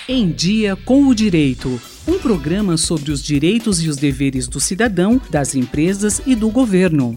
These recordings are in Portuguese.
Em Dia com o Direito, um programa sobre os direitos e os deveres do cidadão, das empresas e do governo.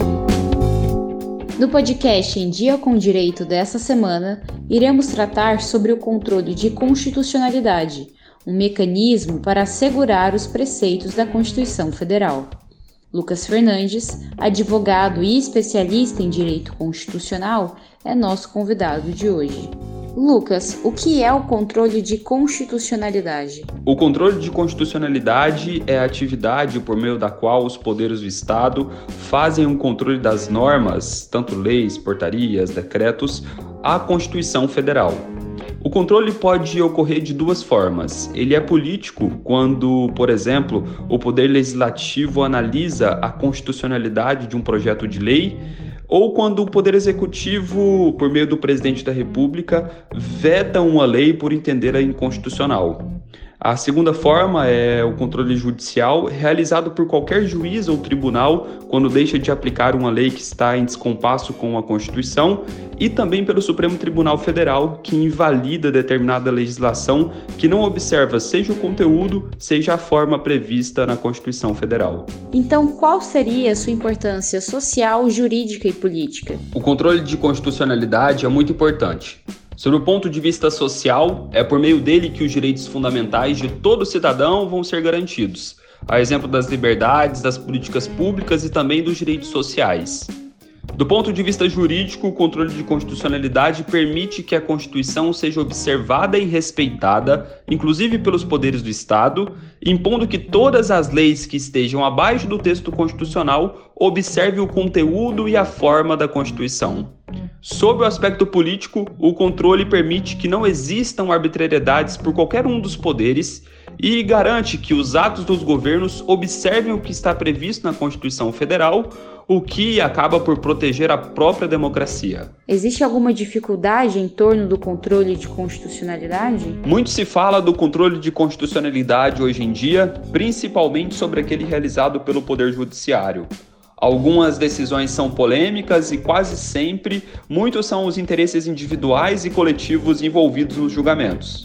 No podcast Em Dia com o Direito dessa semana, iremos tratar sobre o controle de constitucionalidade, um mecanismo para assegurar os preceitos da Constituição Federal. Lucas Fernandes, advogado e especialista em direito constitucional, é nosso convidado de hoje. Lucas, o que é o controle de constitucionalidade? O controle de constitucionalidade é a atividade por meio da qual os poderes do Estado fazem um controle das normas, tanto leis, portarias, decretos, à Constituição Federal. O controle pode ocorrer de duas formas. Ele é político quando, por exemplo, o Poder Legislativo analisa a constitucionalidade de um projeto de lei, ou quando o Poder Executivo, por meio do Presidente da República, veta uma lei por entender-a inconstitucional. A segunda forma é o controle judicial, realizado por qualquer juiz ou tribunal quando deixa de aplicar uma lei que está em descompasso com a Constituição, e também pelo Supremo Tribunal Federal, que invalida determinada legislação que não observa seja o conteúdo, seja a forma prevista na Constituição Federal. Então, qual seria a sua importância social, jurídica e política? O controle de constitucionalidade é muito importante. Sob o ponto de vista social, é por meio dele que os direitos fundamentais de todo cidadão vão ser garantidos, a exemplo das liberdades, das políticas públicas e também dos direitos sociais. Do ponto de vista jurídico, o controle de constitucionalidade permite que a Constituição seja observada e respeitada, inclusive pelos poderes do Estado, impondo que todas as leis que estejam abaixo do texto constitucional observem o conteúdo e a forma da Constituição. Sob o aspecto político, o controle permite que não existam arbitrariedades por qualquer um dos poderes e garante que os atos dos governos observem o que está previsto na Constituição Federal, o que acaba por proteger a própria democracia. Existe alguma dificuldade em torno do controle de constitucionalidade? Muito se fala do controle de constitucionalidade hoje em dia, principalmente sobre aquele realizado pelo Poder Judiciário. Algumas decisões são polêmicas e quase sempre muitos são os interesses individuais e coletivos envolvidos nos julgamentos.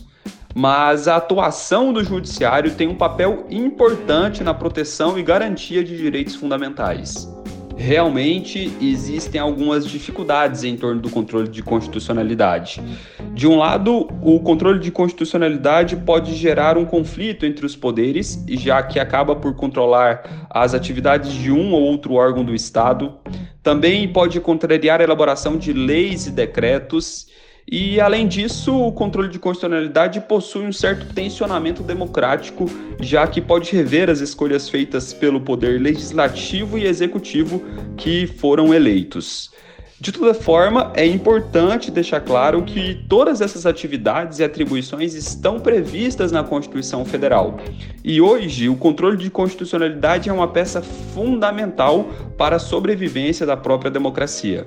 Mas a atuação do judiciário tem um papel importante na proteção e garantia de direitos fundamentais. Realmente existem algumas dificuldades em torno do controle de constitucionalidade. De um lado, o controle de constitucionalidade pode gerar um conflito entre os poderes, já que acaba por controlar as atividades de um ou outro órgão do Estado. Também pode contrariar a elaboração de leis e decretos. E, além disso, o controle de constitucionalidade possui um certo tensionamento democrático, já que pode rever as escolhas feitas pelo poder legislativo e executivo que foram eleitos. De toda forma, é importante deixar claro que todas essas atividades e atribuições estão previstas na Constituição Federal. E hoje, o controle de constitucionalidade é uma peça fundamental para a sobrevivência da própria democracia.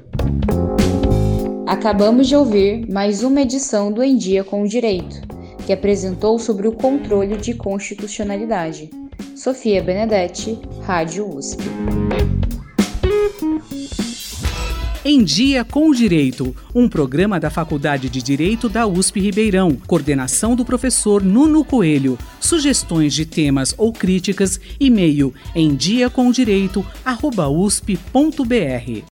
Acabamos de ouvir mais uma edição do Em Dia com o Direito, que apresentou sobre o controle de constitucionalidade. Sofia Benedetti, Rádio USP. Em Dia com o Direito, um programa da Faculdade de Direito da USP Ribeirão, coordenação do professor Nuno Coelho. Sugestões de temas ou críticas, e-mail emdiacomdireito@usp.br.